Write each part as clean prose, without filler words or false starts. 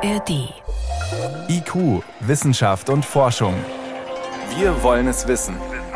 ARD. IQ, Wissenschaft und Forschung. Wir wollen es wissen.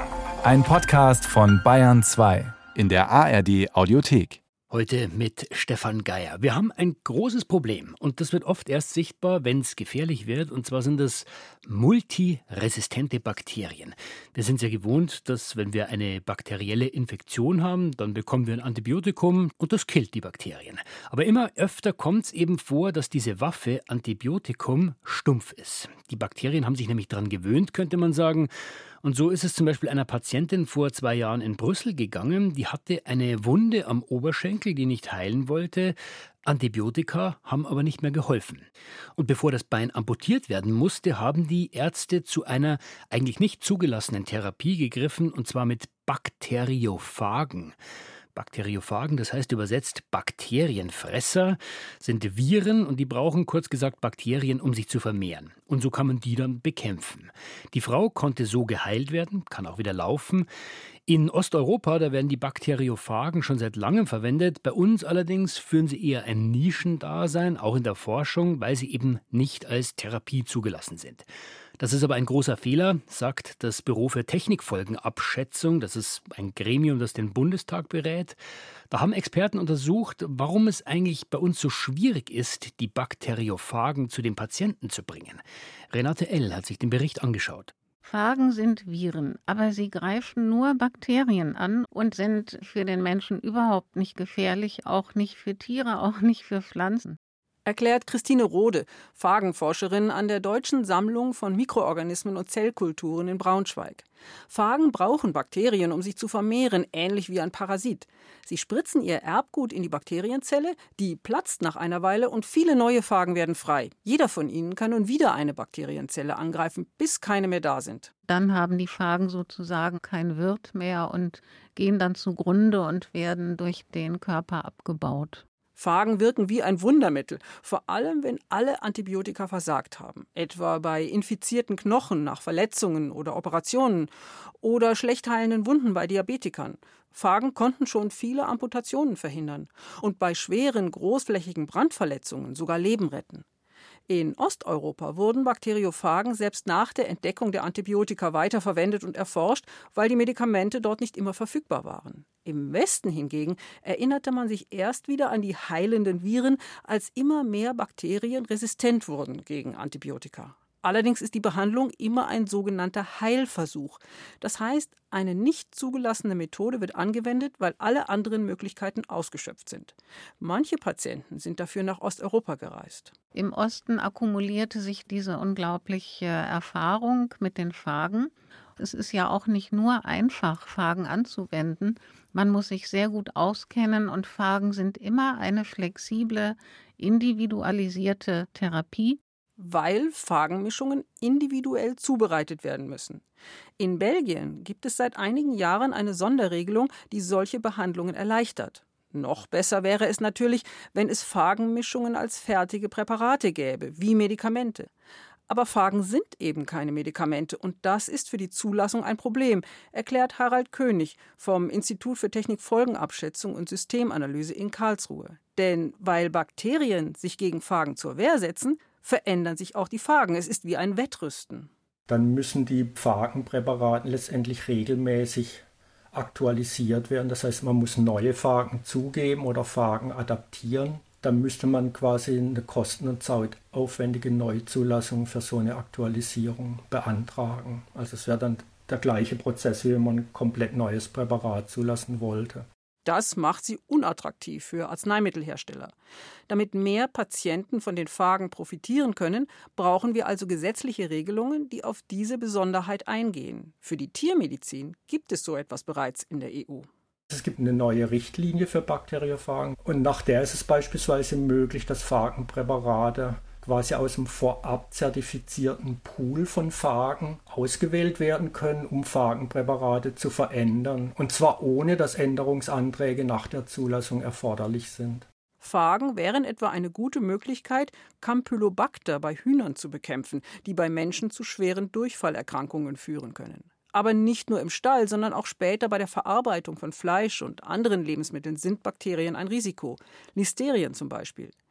Ein Podcast von Bayern 2 in der ARD Audiothek. Heute mit Stefan Geier. Wir haben ein großes Problem und das wird oft erst sichtbar, wenn es gefährlich wird. Und zwar sind das multiresistente Bakterien. Wir sind ja gewohnt, dass wenn wir eine bakterielle Infektion haben, dann bekommen wir ein Antibiotikum und das killt die Bakterien. Aber immer öfter kommt es eben vor, dass diese Waffe Antibiotikum stumpf ist. Die Bakterien haben sich nämlich daran gewöhnt, könnte man sagen. Und so ist es zum Beispiel einer Patientin vor 2 Jahren in Brüssel gegangen. Die hatte eine Wunde am Oberschenkel, die nicht heilen wollte. Antibiotika haben aber nicht mehr geholfen. Und bevor das Bein amputiert werden musste, haben die Ärzte zu einer eigentlich nicht zugelassenen Therapie gegriffen, und zwar mit Bakteriophagen. Bakteriophagen, das heißt übersetzt Bakterienfresser, sind Viren und die brauchen kurz gesagt Bakterien, um sich zu vermehren. Und so kann man die dann bekämpfen. Die Frau konnte so geheilt werden, kann auch wieder laufen. In Osteuropa, da werden die Bakteriophagen schon seit langem verwendet. Bei uns allerdings führen sie eher ein Nischendasein, auch in der Forschung, weil sie eben nicht als Therapie zugelassen sind. Das ist aber ein großer Fehler, sagt das Büro für Technikfolgenabschätzung. Das ist ein Gremium, das den Bundestag berät. Da haben Experten untersucht, warum es eigentlich bei uns so schwierig ist, die Bakteriophagen zu den Patienten zu bringen. Renate L. hat sich den Bericht angeschaut. Phagen sind Viren, aber sie greifen nur Bakterien an und sind für den Menschen überhaupt nicht gefährlich, auch nicht für Tiere, auch nicht für Pflanzen. Erklärt Christine Rode, Phagenforscherin an der Deutschen Sammlung von Mikroorganismen und Zellkulturen in Braunschweig. Phagen brauchen Bakterien, um sich zu vermehren, ähnlich wie ein Parasit. Sie spritzen ihr Erbgut in die Bakterienzelle, die platzt nach einer Weile und viele neue Phagen werden frei. Jeder von ihnen kann nun wieder eine Bakterienzelle angreifen, bis keine mehr da sind. Dann haben die Phagen sozusagen kein Wirt mehr und gehen dann zugrunde und werden durch den Körper abgebaut. Phagen wirken wie ein Wundermittel, vor allem wenn alle Antibiotika versagt haben, etwa bei infizierten Knochen nach Verletzungen oder Operationen oder schlecht heilenden Wunden bei Diabetikern. Phagen konnten schon viele Amputationen verhindern und bei schweren, großflächigen Brandverletzungen sogar Leben retten. In Osteuropa wurden Bakteriophagen selbst nach der Entdeckung der Antibiotika weiterverwendet und erforscht, weil die Medikamente dort nicht immer verfügbar waren. Im Westen hingegen erinnerte man sich erst wieder an die heilenden Viren, als immer mehr Bakterien resistent wurden gegen Antibiotika. Allerdings ist die Behandlung immer ein sogenannter Heilversuch. Das heißt, eine nicht zugelassene Methode wird angewendet, weil alle anderen Möglichkeiten ausgeschöpft sind. Manche Patienten sind dafür nach Osteuropa gereist. Im Osten akkumulierte sich diese unglaubliche Erfahrung mit den Phagen. Es ist ja auch nicht nur einfach, Phagen anzuwenden. Man muss sich sehr gut auskennen und Phagen sind immer eine flexible, individualisierte Therapie. Weil Phagenmischungen individuell zubereitet werden müssen. In Belgien gibt es seit einigen Jahren eine Sonderregelung, die solche Behandlungen erleichtert. Noch besser wäre es natürlich, wenn es Phagenmischungen als fertige Präparate gäbe, wie Medikamente. Aber Phagen sind eben keine Medikamente und das ist für die Zulassung ein Problem, erklärt Harald König vom Institut für Technikfolgenabschätzung und Systemanalyse in Karlsruhe. Denn weil Bakterien sich gegen Phagen zur Wehr setzen, verändern sich auch die Phagen. Es ist wie ein Wettrüsten. Dann müssen die Phagenpräparate letztendlich regelmäßig aktualisiert werden. Das heißt, man muss neue Phagen zugeben oder Phagen adaptieren. Dann müsste man quasi eine kosten- und zeitaufwendige Neuzulassung für so eine Aktualisierung beantragen. Also es wäre dann der gleiche Prozess, wie wenn man ein komplett neues Präparat zulassen wollte. Das macht sie unattraktiv für Arzneimittelhersteller. Damit mehr Patienten von den Phagen profitieren können, brauchen wir also gesetzliche Regelungen, die auf diese Besonderheit eingehen. Für die Tiermedizin gibt es so etwas bereits in der EU. Es gibt eine neue Richtlinie für Bakteriophagen und nach der ist es beispielsweise möglich, dass Phagenpräparate quasi aus dem vorab zertifizierten Pool von Phagen ausgewählt werden können, um Phagenpräparate zu verändern. Und zwar ohne, dass Änderungsanträge nach der Zulassung erforderlich sind. Phagen wären etwa eine gute Möglichkeit, Campylobacter bei Hühnern zu bekämpfen, die bei Menschen zu schweren Durchfallerkrankungen führen können. Aber nicht nur im Stall, sondern auch später bei der Verarbeitung von Fleisch und anderen Lebensmitteln sind Bakterien ein Risiko. Listerien zum Beispiel.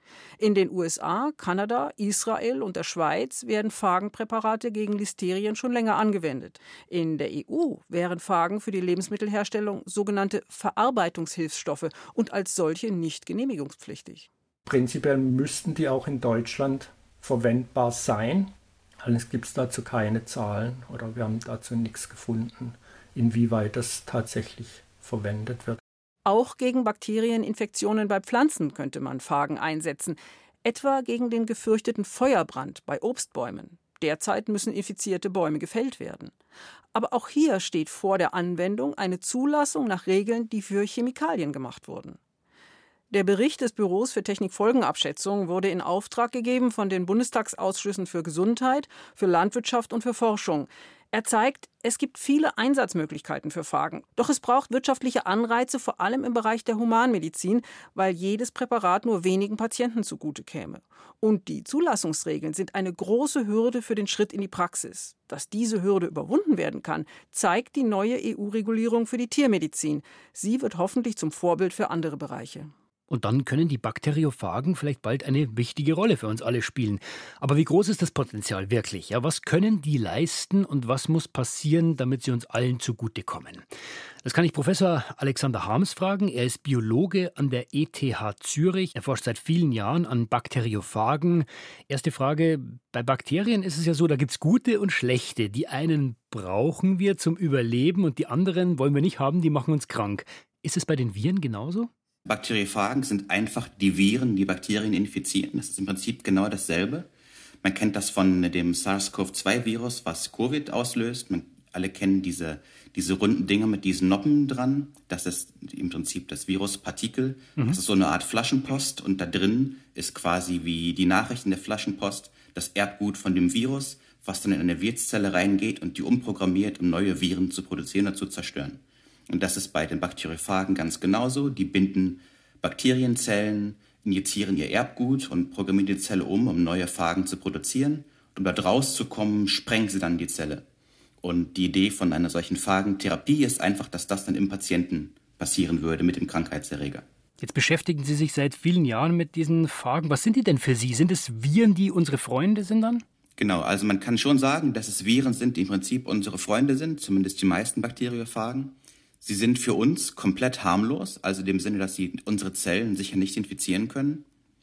In den USA, Kanada, Israel und der Schweiz werden Phagenpräparate gegen Listerien schon länger angewendet. In der EU wären Phagen für die Lebensmittelherstellung sogenannte Verarbeitungshilfsstoffe und als solche nicht genehmigungspflichtig. Prinzipiell müssten die auch in Deutschland verwendbar sein. Allerdings gibt es dazu keine Zahlen oder wir haben dazu nichts gefunden, inwieweit das tatsächlich verwendet wird. Auch gegen Bakterieninfektionen bei Pflanzen könnte man Phagen einsetzen, etwa gegen den gefürchteten Feuerbrand bei Obstbäumen. Derzeit müssen infizierte Bäume gefällt werden. Aber auch hier steht vor der Anwendung eine Zulassung nach Regeln, die für Chemikalien gemacht wurden. Der Bericht des Büros für Technikfolgenabschätzung wurde in Auftrag gegeben von den Bundestagsausschüssen für Gesundheit, für Landwirtschaft und für Forschung. Er zeigt, es gibt viele Einsatzmöglichkeiten für Phagen. Doch es braucht wirtschaftliche Anreize, vor allem im Bereich der Humanmedizin, weil jedes Präparat nur wenigen Patienten zugute käme. Und die Zulassungsregeln sind eine große Hürde für den Schritt in die Praxis. Dass diese Hürde überwunden werden kann, zeigt die neue EU-Regulierung für die Tiermedizin. Sie wird hoffentlich zum Vorbild für andere Bereiche. Und dann können die Bakteriophagen vielleicht bald eine wichtige Rolle für uns alle spielen. Aber wie groß ist das Potenzial wirklich? Ja, was können die leisten und was muss passieren, damit sie uns allen zugutekommen? Das kann ich Professor Alexander Harms fragen. Er ist Biologe an der ETH Zürich. Er forscht seit vielen Jahren an Bakteriophagen. Erste Frage, bei Bakterien ist es ja so, da gibt es gute und schlechte. Die einen brauchen wir zum Überleben und die anderen wollen wir nicht haben, die machen uns krank. Ist es bei den Viren genauso? Bakteriophagen sind einfach die Viren, die Bakterien infizieren. Das ist im Prinzip genau dasselbe. Man kennt das von dem SARS-CoV-2-Virus, was Covid auslöst. Alle kennen diese runden Dinger mit diesen Noppen dran. Das ist im Prinzip das Viruspartikel. Das ist so eine Art Flaschenpost und da drin ist quasi wie die Nachrichten der Flaschenpost das Erbgut von dem Virus, was dann in eine Wirtszelle reingeht und die umprogrammiert, um neue Viren zu produzieren oder zu zerstören. Und das ist bei den Bakteriophagen ganz genauso. Die binden Bakterienzellen, injizieren ihr Erbgut und programmieren die Zelle um neue Phagen zu produzieren. Und um da rauszukommen, sprengen sie dann die Zelle. Und die Idee von einer solchen Phagentherapie ist einfach, dass das dann im Patienten passieren würde mit dem Krankheitserreger. Jetzt beschäftigen Sie sich seit vielen Jahren mit diesen Phagen. Was sind die denn für Sie? Sind es Viren, die unsere Freunde sind dann? Genau, also man kann schon sagen, dass es Viren sind, die im Prinzip unsere Freunde sind, zumindest die meisten Bakteriophagen. Sie sind für uns komplett harmlos, also in dem Sinne, dass sie unsere Zellen sicher nicht infizieren können.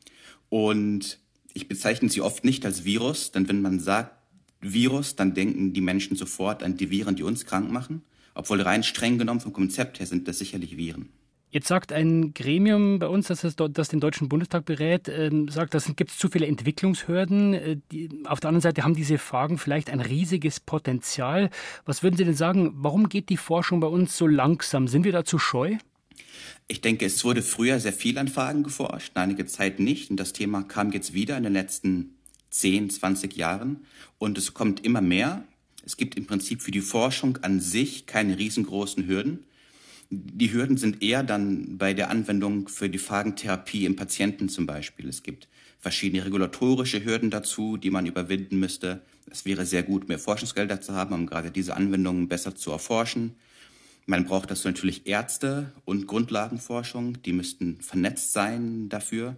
Und ich bezeichne sie oft nicht als Virus, denn wenn man sagt Virus, dann denken die Menschen sofort an die Viren, die uns krank machen. Obwohl rein streng genommen vom Konzept her sind das sicherlich Viren. Jetzt sagt ein Gremium bei uns, das den Deutschen Bundestag berät, sagt, da gibt es zu viele Entwicklungshürden. Auf der anderen Seite haben diese Phagen vielleicht ein riesiges Potenzial. Was würden Sie denn sagen, warum geht die Forschung bei uns so langsam? Sind wir da zu scheu? Ich denke, es wurde früher sehr viel an Phagen geforscht, einige Zeit nicht. Und das Thema kam jetzt wieder in den letzten 10, 20 Jahren. Und es kommt immer mehr. Es gibt im Prinzip für die Forschung an sich keine riesengroßen Hürden. Die Hürden sind eher dann bei der Anwendung für die Phagentherapie im Patienten zum Beispiel. Es gibt verschiedene regulatorische Hürden dazu, die man überwinden müsste. Es wäre sehr gut, mehr Forschungsgelder zu haben, um gerade diese Anwendungen besser zu erforschen. Man braucht dazu natürlich Ärzte und Grundlagenforschung, die müssten vernetzt sein dafür.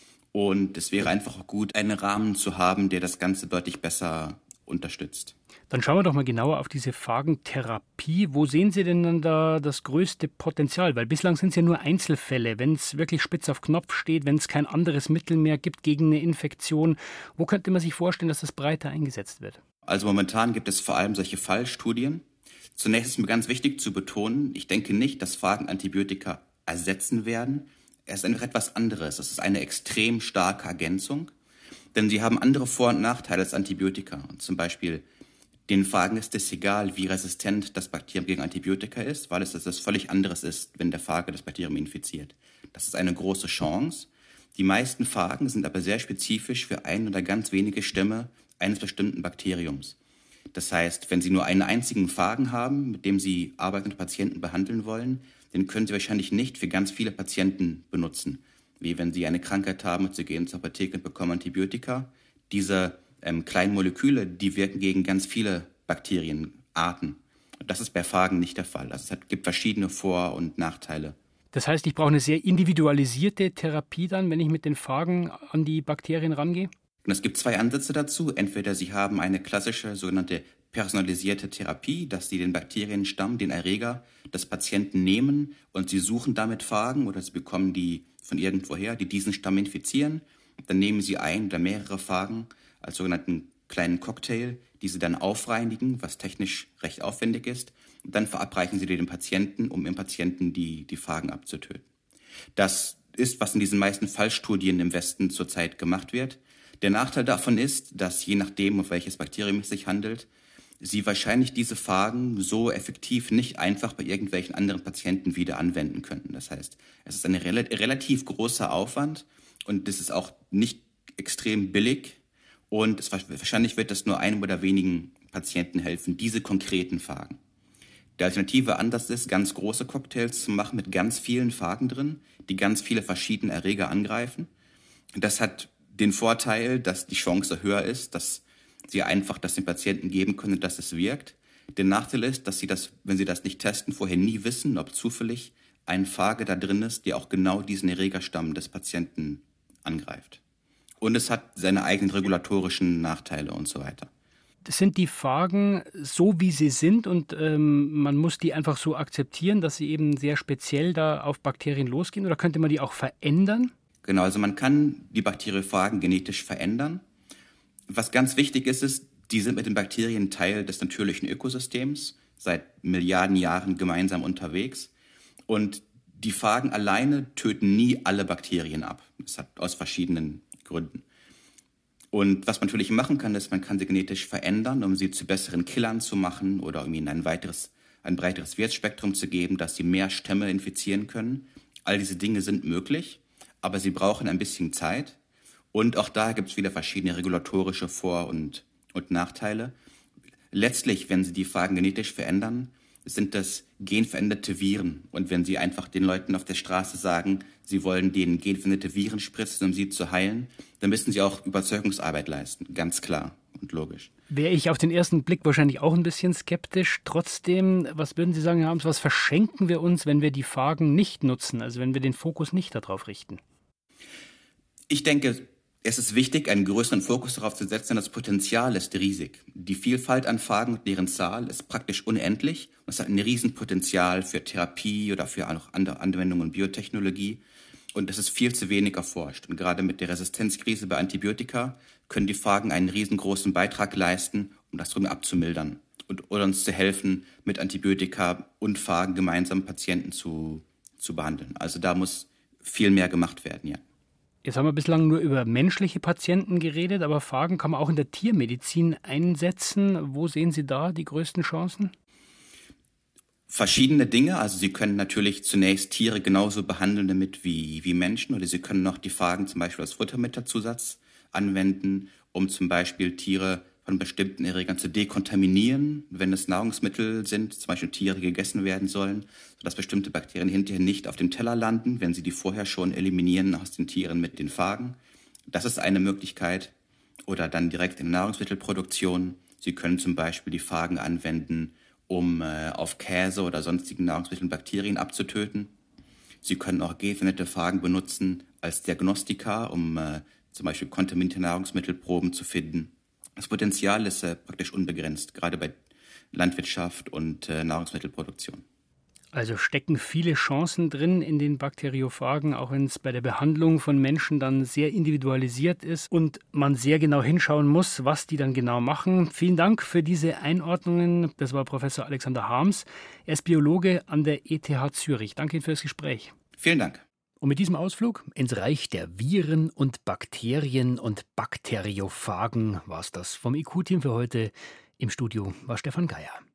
Und es wäre einfach auch gut, einen Rahmen zu haben, der das Ganze deutlich besser unterstützt. Dann schauen wir doch mal genauer auf diese Phagentherapie. Wo sehen Sie denn dann da das größte Potenzial? Weil bislang sind es ja nur Einzelfälle. Wenn es wirklich spitz auf Knopf steht, wenn es kein anderes Mittel mehr gibt gegen eine Infektion, wo könnte man sich vorstellen, dass das breiter eingesetzt wird? Also momentan gibt es vor allem solche Fallstudien. Zunächst ist mir ganz wichtig zu betonen, ich denke nicht, dass Phagenantibiotika ersetzen werden. Es ist einfach etwas anderes. Es ist eine extrem starke Ergänzung, denn sie haben andere Vor- und Nachteile als Antibiotika. Und zum Beispiel den Phagen ist es egal, wie resistent das Bakterium gegen Antibiotika ist, weil es etwas völlig anderes ist, wenn der Phage das Bakterium infiziert. Das ist eine große Chance. Die meisten Phagen sind aber sehr spezifisch für ein oder ganz wenige Stämme eines bestimmten Bakteriums. Das heißt, wenn Sie nur einen einzigen Phagen haben, mit dem Sie arbeitende Patienten behandeln wollen, den können Sie wahrscheinlich nicht für ganz viele Patienten benutzen. Wie wenn Sie eine Krankheit haben und Sie gehen zur Apotheke und bekommen Antibiotika. Diese kleinen Moleküle, die wirken gegen ganz viele Bakterienarten. Und das ist bei Phagen nicht der Fall. Also es gibt verschiedene Vor- und Nachteile. Das heißt, ich brauche eine sehr individualisierte Therapie dann, wenn ich mit den Phagen an die Bakterien rangehe? Und es gibt 2 Ansätze dazu. Entweder Sie haben eine klassische sogenannte personalisierte Therapie, dass Sie den Bakterienstamm, den Erreger des Patienten nehmen und Sie suchen damit Phagen oder Sie bekommen die von irgendwoher, die diesen Stamm infizieren. Dann nehmen Sie ein oder mehrere Phagen als sogenannten kleinen Cocktail, die Sie dann aufreinigen, was technisch recht aufwendig ist. Und dann verabreichen Sie die dem Patienten, um im Patienten die Phagen abzutöten. Das ist, was in diesen meisten Fallstudien im Westen zurzeit gemacht wird. Der Nachteil davon ist, dass je nachdem, um welches Bakterium es sich handelt, Sie wahrscheinlich diese Phagen so effektiv nicht einfach bei irgendwelchen anderen Patienten wieder anwenden könnten. Das heißt, es ist ein relativ großer Aufwand und es ist auch nicht extrem billig und wahrscheinlich wird es nur einem oder wenigen Patienten helfen, diese konkreten Phagen. Der alternative Ansatz ist, ganz große Cocktails zu machen mit ganz vielen Phagen drin, die ganz viele verschiedene Erreger angreifen. Das hat den Vorteil, dass die Chance höher ist, dass Sie einfach das dem Patienten geben können, dass es wirkt. Der Nachteil ist, dass Sie das, wenn Sie das nicht testen, vorher nie wissen, ob zufällig ein Phage da drin ist, der auch genau diesen Erregerstamm des Patienten angreift. Und es hat seine eigenen regulatorischen Nachteile und so weiter. Sind die Phagen so, wie sie sind und man muss die einfach so akzeptieren, dass sie eben sehr speziell da auf Bakterien losgehen, oder könnte man die auch verändern? Genau, also man kann die Bakteriophagen genetisch verändern. Was ganz wichtig ist, die sind mit den Bakterien Teil des natürlichen Ökosystems, seit Milliarden Jahren gemeinsam unterwegs. Und die Phagen alleine töten nie alle Bakterien ab. Das hat aus verschiedenen Gründen. Und was man natürlich machen kann, ist, man kann sie genetisch verändern, um sie zu besseren Killern zu machen oder um ihnen ein breiteres Wirtsspektrum zu geben, dass sie mehr Stämme infizieren können. All diese Dinge sind möglich, aber sie brauchen ein bisschen Zeit. Und auch da gibt es wieder verschiedene regulatorische Vor- und Nachteile. Letztlich, wenn Sie die Phagen genetisch verändern, sind das genveränderte Viren. Und wenn Sie einfach den Leuten auf der Straße sagen, Sie wollen denen genveränderte Viren spritzen, um sie zu heilen, dann müssen Sie auch Überzeugungsarbeit leisten. Ganz klar und logisch. Wäre ich auf den ersten Blick wahrscheinlich auch ein bisschen skeptisch. Trotzdem, was würden Sie sagen, Herr Harms, was verschenken wir uns, wenn wir die Phagen nicht nutzen, also wenn wir den Fokus nicht darauf richten? Ich denke, es ist wichtig, einen größeren Fokus darauf zu setzen, denn das Potenzial ist riesig. Die Vielfalt an Phagen und deren Zahl ist praktisch unendlich. Es hat ein Riesenpotenzial für Therapie oder für auch andere Anwendungen und Biotechnologie. Und es ist viel zu wenig erforscht. Und gerade mit der Resistenzkrise bei Antibiotika können die Phagen einen riesengroßen Beitrag leisten, um das Problem abzumildern oder uns zu helfen, mit Antibiotika und Phagen gemeinsam Patienten zu behandeln. Also da muss viel mehr gemacht werden, ja. Jetzt haben wir bislang nur über menschliche Patienten geredet, aber Phagen kann man auch in der Tiermedizin einsetzen. Wo sehen Sie da die größten Chancen? Verschiedene Dinge. Also Sie können natürlich zunächst Tiere genauso behandeln damit wie Menschen, oder Sie können noch die Phagen zum Beispiel als Futtermittelzusatz anwenden, um zum Beispiel Tiere von bestimmten Erregern zu dekontaminieren, wenn es Nahrungsmittel sind, zum Beispiel Tiere, die gegessen werden sollen, sodass bestimmte Bakterien hinterher nicht auf dem Teller landen, wenn sie die vorher schon eliminieren aus den Tieren mit den Phagen. Das ist eine Möglichkeit. Oder dann direkt in der Nahrungsmittelproduktion. Sie können zum Beispiel die Phagen anwenden, um auf Käse oder sonstigen Nahrungsmitteln Bakterien abzutöten. Sie können auch genveränderte Phagen benutzen als Diagnostika, um zum Beispiel kontaminierte Nahrungsmittelproben zu finden. Das Potenzial ist praktisch unbegrenzt, gerade bei Landwirtschaft und Nahrungsmittelproduktion. Also stecken viele Chancen drin in den Bakteriophagen, auch wenn es bei der Behandlung von Menschen dann sehr individualisiert ist und man sehr genau hinschauen muss, was die dann genau machen. Vielen Dank für diese Einordnungen. Das war Professor Alexander Harms. Er ist Biologe an der ETH Zürich. Danke Ihnen für das Gespräch. Vielen Dank. Und mit diesem Ausflug ins Reich der Viren und Bakterien und Bakteriophagen war es das vom IQ-Team für heute. Im Studio war Stefan Geier.